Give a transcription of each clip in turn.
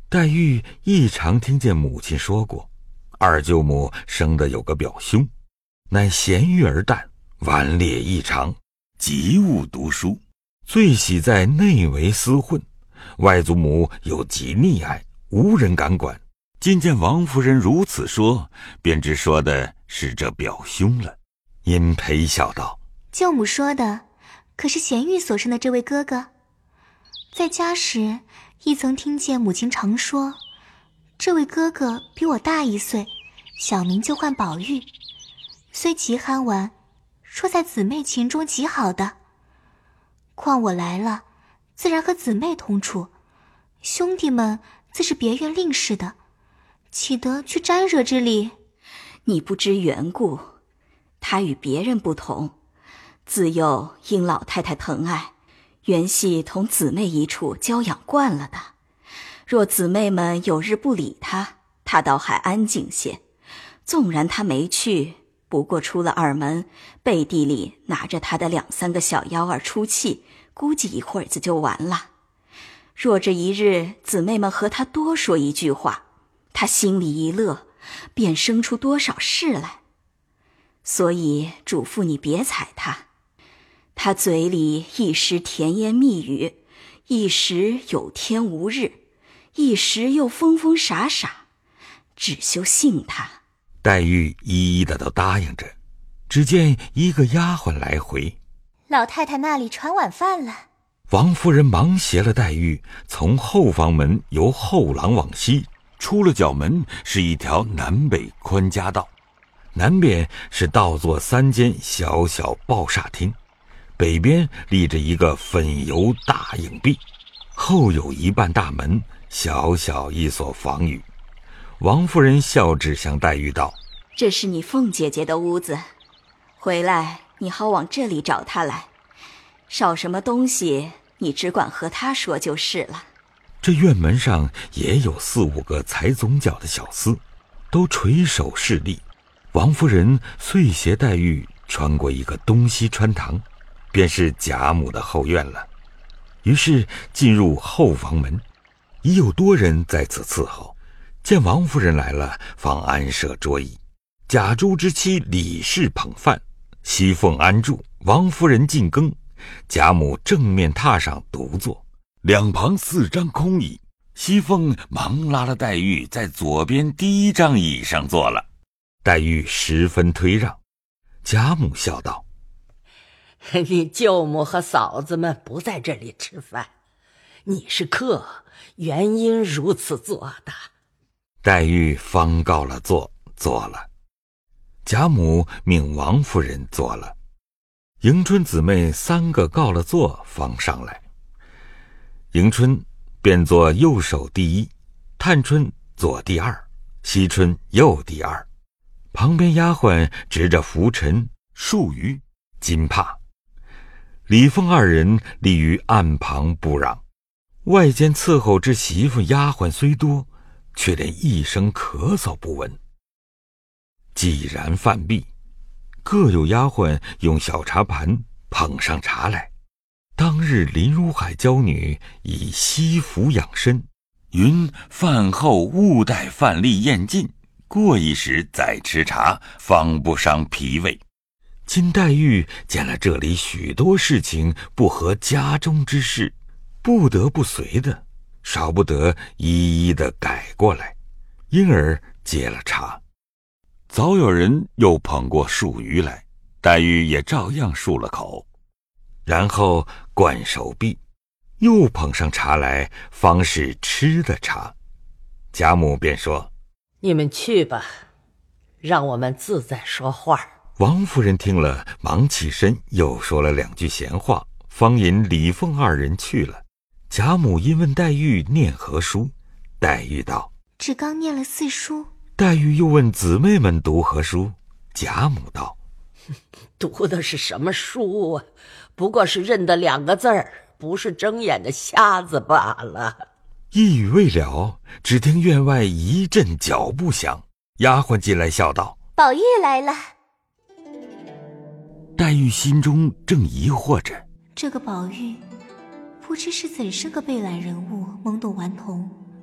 黛玉亦常听见母亲说过，二舅母生得有个表兄，乃贤育而淡，顽劣异常，极恶读书，最喜在内围厮混，外祖母有极溺爱，无人敢管。今见王夫人如此说，便知说的是这表兄了，因陪笑道： 舅母说的可是贤玉所生的这位哥哥？在家时亦曾听见母亲常说，这位哥哥比我大1岁，小名就唤宝玉，虽极憨顽，说在姊妹情中极好的。况我来了，自然和姊妹同处，兄弟们自是别院另事的，岂得去沾惹之理？ 你不知缘故，他与别人不同，自幼因老太太疼爱，原系同姊妹一处娇养惯了的。若姊妹们有日不理他，他倒还安静些。纵然他没去，不过出了二门，背地里拿着他的2、3个小妖儿出气，估计一会儿子就完了。若这一日姊妹们和他多说一句话，他心里一乐，便生出多少事来。所以嘱咐你别睬他，他嘴里一时甜言蜜语，一时有天无日，一时又疯疯傻傻，只休信他。 黛玉一一的都答应着，只见一个丫鬟来回： 老太太那里传晚饭了。 王夫人忙携了黛玉，从后房门由后廊往西，出了角门是一条南北宽夹道，南边是倒座3间小小抱厦厅，北边立着一个粉油大影壁，后有一半大门，小小一所房宇。王夫人笑指向黛玉道： 这是你凤姐姐的屋子，回来你好往这里找她来，少什么东西你只管和她说就是了。 这院门上也有4、5个裁总角的小厮，都垂手侍立。王夫人遂携黛玉穿过一个东西穿堂，便是贾母的后院了。于是进入后房门，已有多人在此伺候。见王夫人来了，方安设桌椅，贾珠之妻李氏捧饭，熙凤安住，王夫人进羹，贾母正面榻上独坐，两旁4张空椅，熙凤忙拉了黛玉在左边第1张椅上坐了。黛玉十分推让，贾母笑道： 你舅母和嫂子们不在这里吃饭，你是客，原因如此做的。 黛玉方告了座，坐了。贾母命王夫人坐了，迎春姊妹3个告了座，方上来。迎春便坐右手第1，探春左第2，惜春右第2。旁边丫鬟执着拂尘、漱盂、金帕。李凤2人立于岸旁不嚷。外间伺候之媳妇丫鬟虽多，却连一声咳嗽不闻。既然饭毕，各有丫鬟用小茶盘捧上茶来。当日林如海娇女以西服养身，云饭后勿待饭粒咽尽，过一时再吃茶，方不伤脾胃。今黛玉见了这里许多事情不合家中之事，不得不随的，少不得一一的改过来，因而接了茶。早有人又捧过漱盂来，黛玉也照样漱了口，然后灌手臂，又捧上茶来，方是吃的茶。贾母便说： 你们去吧，让我们自在说话。 王夫人听了，忙起身又说了2句闲话，方引李凤2人去了。贾母因问黛玉念何书，黛玉道： 只刚念了4书。 黛玉又问姊妹们读何书，贾母道： 读的是什么书啊？不过是认得2个字儿，不是睁眼的瞎子罢了。 一语未了，只听院外一阵脚步响，丫鬟进来笑道： 宝玉来了。 黛玉心中正疑惑着， 这个宝玉不知是怎生个被懒人物，懵懂顽童，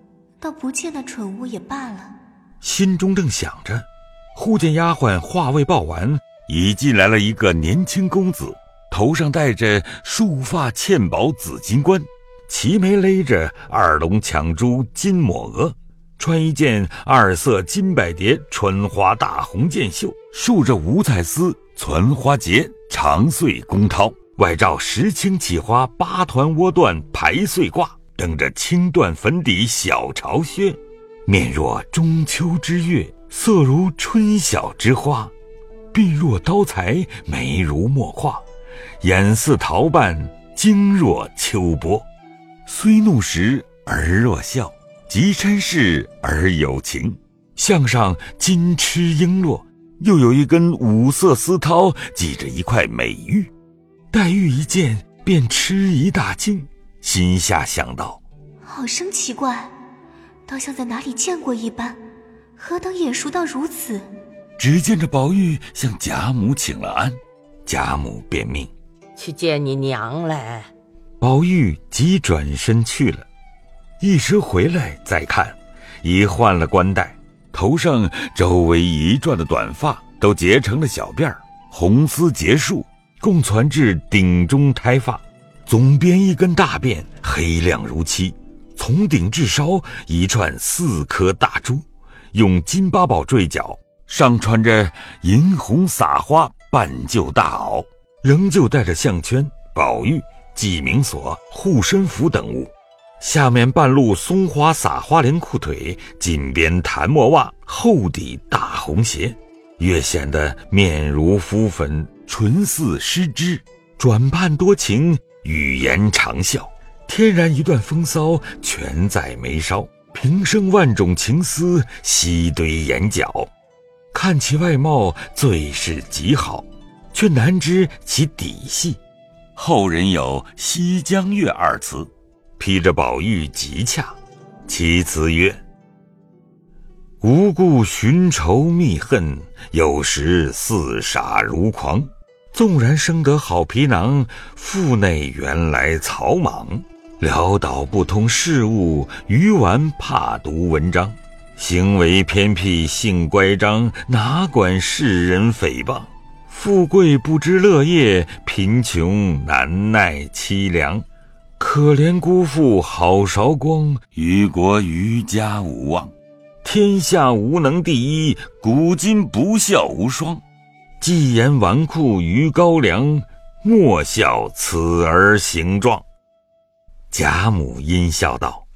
倒不见那蠢物也罢了。 心中正想着，忽见丫鬟话未报完，已进来了一个年轻公子，头上戴着束发嵌宝紫金冠，齐眉勒着二龙抢珠金抹额，穿一件二色金百蝶穿花大红箭袖，束着五彩丝攒花结长穗宫绦，外罩石青起花八团窝缎排穗褂，蹬着青缎粉底小朝靴，面若中秋之月，色如春晓之花，鬓若刀裁，眉如墨画，眼似桃瓣，睛若秋波。虽怒时而若笑，极嗔视而有情。项上金螭璎珞，又有一根五色丝绦系着一块美玉。黛玉一见便吃一大惊，心下想到： 好生奇怪，倒像在哪里见过一般，何等眼熟到如此。 只见着宝玉向贾母请了安，贾母便命去见你娘来。 宝玉即转身去了，一时回来再看，已换了冠带，头上周围一转的短发都结成了小辫儿，红丝结束，共攒至顶中胎发，总编一根大辫，黑亮如漆，从顶至梢一串4颗大珠，用金八宝坠角，上穿着银红撒花半旧大袄，仍旧带着项圈、宝玉、记名锁、护身符等物，下面半露松花撒花连裤腿，紧边檀墨袜，厚底大红鞋，越显得面如敷粉，唇似施脂，转盼多情，语言长笑，天然一段风骚，全在眉梢，平生万种情思，悉堆眼角。看其外貌最是极好，却难知其底细。后人有西江月二词，披着宝玉极洽。其词曰：无故寻仇觅恨，有时似傻如狂，纵然生得好皮囊，腹内原来草莽，潦倒不通事物，愚顽怕读文章，行为偏僻性乖张，哪管世人诽谤，富贵不知乐业，贫穷难耐凄凉，可怜辜负好韶光，于国于家无望，天下无能第一，古今不孝无双，既言纨绔于高粱，莫笑此儿形状。贾母阴笑道：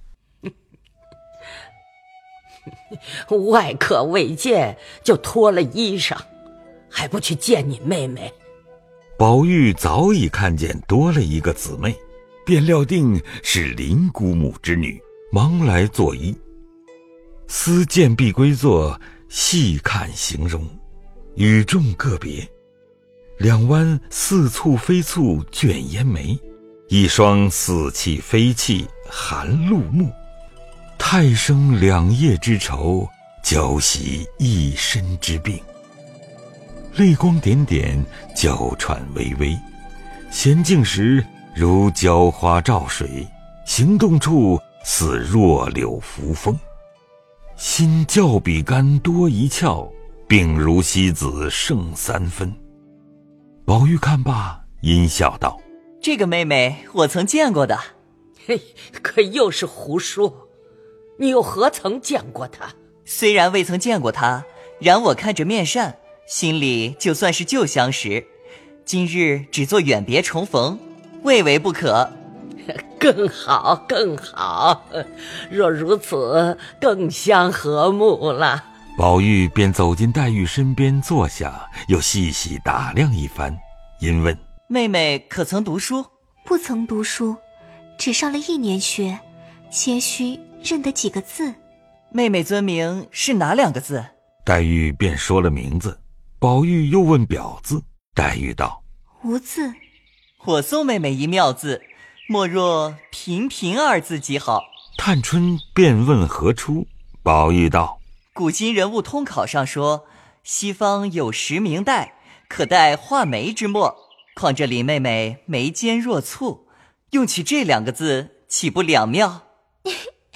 外客未见就脱了衣裳，还不去见你妹妹？ 宝玉早已看见多了一个姊妹，便料定是林姑母之女，忙来作揖。思见必归坐，细看形容，与众个别，两弯似蹙非蹙卷烟眉，一双似气非气含露目，太生两夜之愁，娇袭一身之病。泪光点点，娇喘微微，娴静时如娇花照水，行动处似弱柳扶风。心较比干多一窍，病如西子胜3分。宝玉看罢，阴笑道： 这个妹妹我曾见过的。 嘿，可又是胡说，你又何曾见过她？ 虽然未曾见过她，然我看着面善，心里就算是旧相识，今日只做远别重逢，未为不可。 更好更好，若如此更相和睦了。 宝玉便走进黛玉身边坐下，又细细打量一番，因问： 妹妹可曾读书？ 不曾读书，只上了1年学，些许认得几个字。 妹妹尊名是哪2个字？ 黛玉便说了名字。宝玉又问表字，黛玉道： 无字。 我送妹妹一妙字，莫若平平2字极好。 探春便问何出，宝玉道： 古今人物通考上说，西方有10明代，可代画眉之墨，况这林妹妹眉间若蹙，用取这2个字，岂不两妙？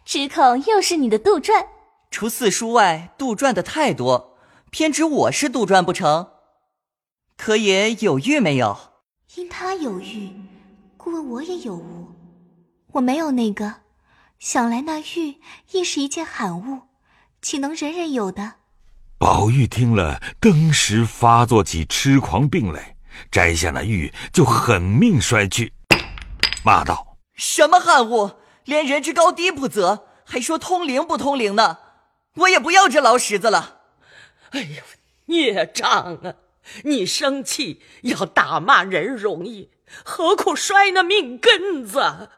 只恐又是你的杜撰。 除四叔外，杜撰的太多，偏指我是杜撰不成？可也有玉没有？ 因他有玉，故问我也有无？我没有那个，想来那玉亦是一件罕物，岂能人人有的？ 宝玉听了，登时发作起痴狂病来，摘下那玉就狠命摔去，骂道： 什么罕物，连人之高低不择，还说通灵不通灵呢？我也不要这老石子了。 哎呦，孽障啊！你生气要打骂人容易，何苦摔那命根子？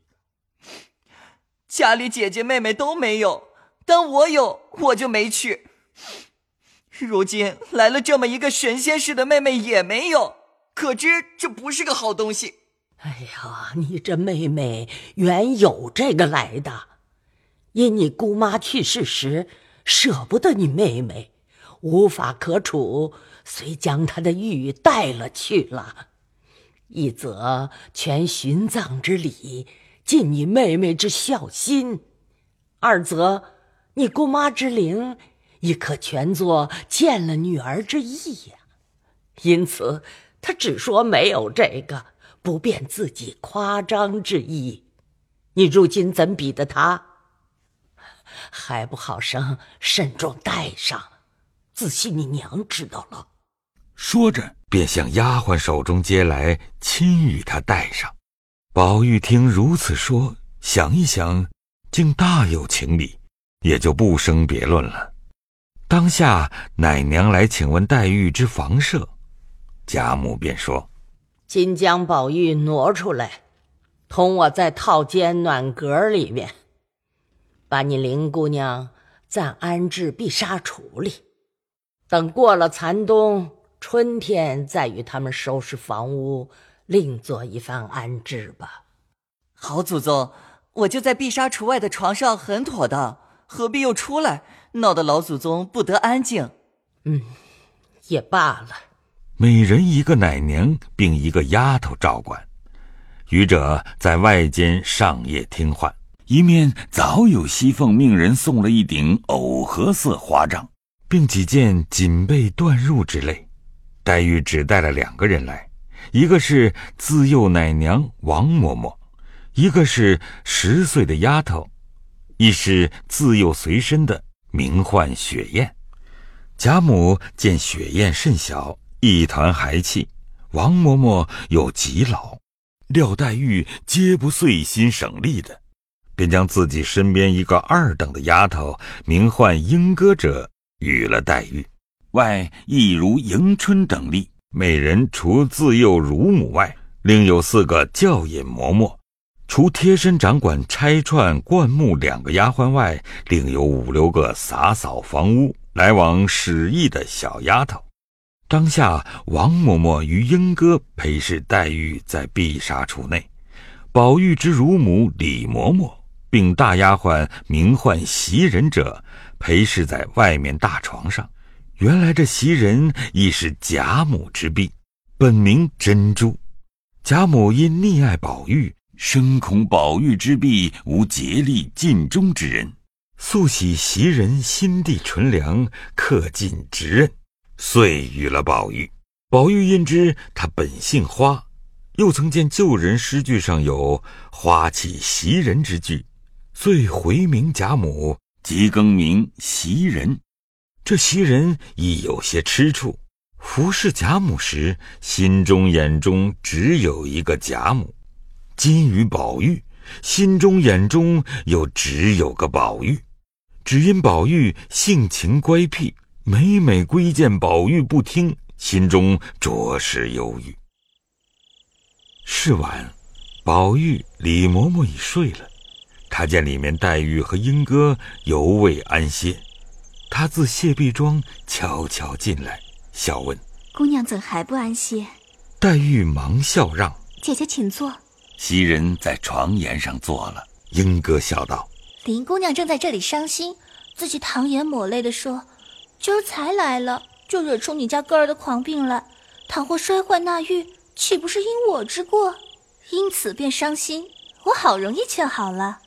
家里姐姐妹妹都没有，但我有，我就没去。如今来了这么一个神仙似的妹妹也没有，可知这不是个好东西。 哎呀，你这妹妹原有这个来的，因你姑妈去世时舍不得你妹妹，无法可处，遂将她的玉带了去了。一则全殉葬之礼，尽你妹妹之孝心；二则你姑妈之灵，亦可全作见了女儿之意呀。因此她只说没有这个，不便自己夸张之意。你如今怎比得她？还不好生慎重带上，仔细你娘知道了。 说着便向丫鬟手中接来，亲与她带上。宝玉听如此说，想一想，竟大有情理，也就不生别论了。当下奶娘来请问黛玉之房舍，贾母便说： 今将宝玉挪出来，同我在套间暖阁里面，把你林姑娘暂安置碧纱橱里，等过了残冬，春天再与他们收拾房屋，另做一番安置吧。 好祖宗，我就在碧纱橱外的床上很妥当，何必又出来，闹得老祖宗不得安静？ 也罢了。 每人一个奶娘，并一个丫头照管。余者在外间上夜听唤，一面早有熙凤命人送了一顶藕荷色花帐，并几件锦被缎褥之类。黛玉只带了2个人来，一个是自幼奶娘王嬷嬷，一个是10岁的丫头，亦是自幼随身的，名唤雪雁。贾母见雪雁甚小，一团孩气，王嬷嬷又极老，料黛玉皆不遂心省力的，便将自己身边一个2等的丫头，名唤莺歌者，与了黛玉。外亦如迎春等例，每人除自幼乳母外，另有4个教引嬷嬷。除贴身掌管拆串灌木2个丫鬟外，另有5、6个洒扫房屋来往使役的小丫头。当下王嬷嬷与莺歌陪侍黛玉在碧纱橱内，宝玉之乳母李嬷嬷并大丫鬟名唤袭人者陪侍在外面大床上。原来这袭人亦是贾母之婢，本名珍珠。贾母因溺爱宝玉，深恐宝玉之婢无竭力尽忠之人，素喜袭人心地纯良，恪尽职任，遂与了宝玉。宝玉因知他本姓花，又曾见旧人诗句上有花气袭人之句，遂回名贾母，即更名袭人。这袭人亦有些吃醋，服侍贾母时，心中眼中只有一个贾母；今与宝玉，心中眼中又只有个宝玉。只因宝玉性情乖僻，每每规谏宝玉不听，心中着实忧郁。是晚，宝玉、李嬷嬷已睡了，他见里面黛玉和莺歌犹未安歇，他自谢壁庄悄悄进来，笑问： 姑娘怎还不安歇？ 黛玉忙笑让： 姐姐请坐。 袭人在床沿上坐了。莺歌笑道： 林姑娘正在这里伤心，自己淌眼抹泪地说，今儿才来了，就惹出你家哥儿的狂病来，倘或摔坏那玉，岂不是因我之过？因此便伤心，我好容易劝好了。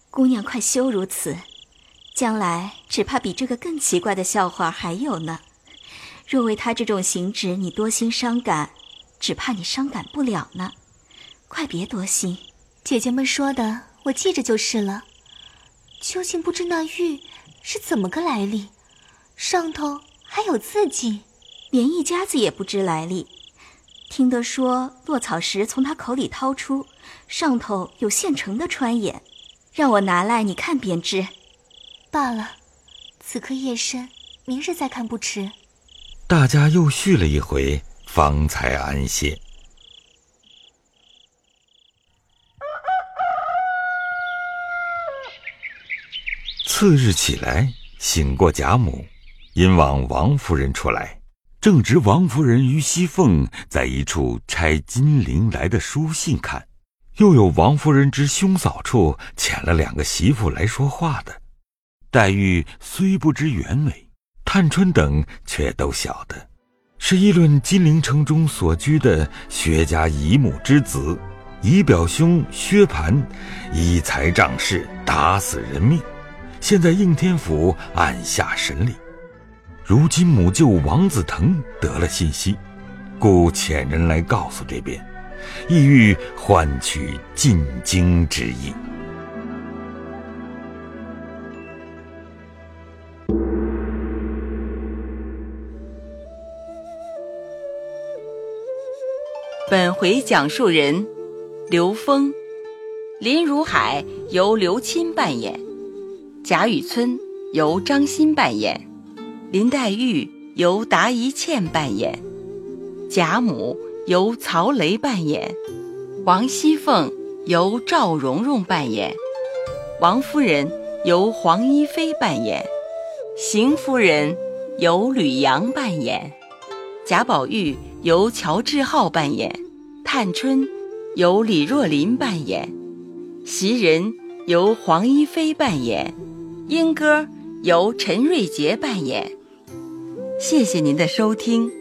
姑娘快羞如此，将来只怕比这个更奇怪的笑话还有呢。若为他这种行止你多心伤感，只怕你伤感不了呢。快别多心。 姐姐们说的我记着就是了。究竟不知那玉是怎么个来历，上头还有字迹， 连一家子也不知来历。听得说落草时从他口里掏出，上头有现成的穿眼，让我拿来你看便知。 罢了，此刻夜深，明日再看不迟。 大家又续了一回，方才安歇。次日起来，醒过贾母，因往王夫人出来，正值王夫人与熙凤在一处拆金陵来的书信看，又有王夫人之兄嫂处遣了2个媳妇来说话的。黛玉虽不知原委，探春等却都晓得，是议论金陵城中所居的薛家姨母之子，姨表兄薛蟠以财仗势，打死人命，现在应天府按下审理。如今母舅王子腾得了信息，故遣人来告诉这边，意欲换取进京之意。 本回讲述人刘峰，林如海由刘钦扮演，贾雨村由张欣扮演，林黛玉由达一茜扮演，贾母由曹雷扮演，王熙凤由赵蓉蓉扮演，王夫人由黄一飞扮演，邢夫人由吕阳扮演，贾宝玉由乔志浩扮演，探春由李若琳扮演，袭人由黄一飞扮演，莺歌由陈瑞杰扮演。谢谢您的收听。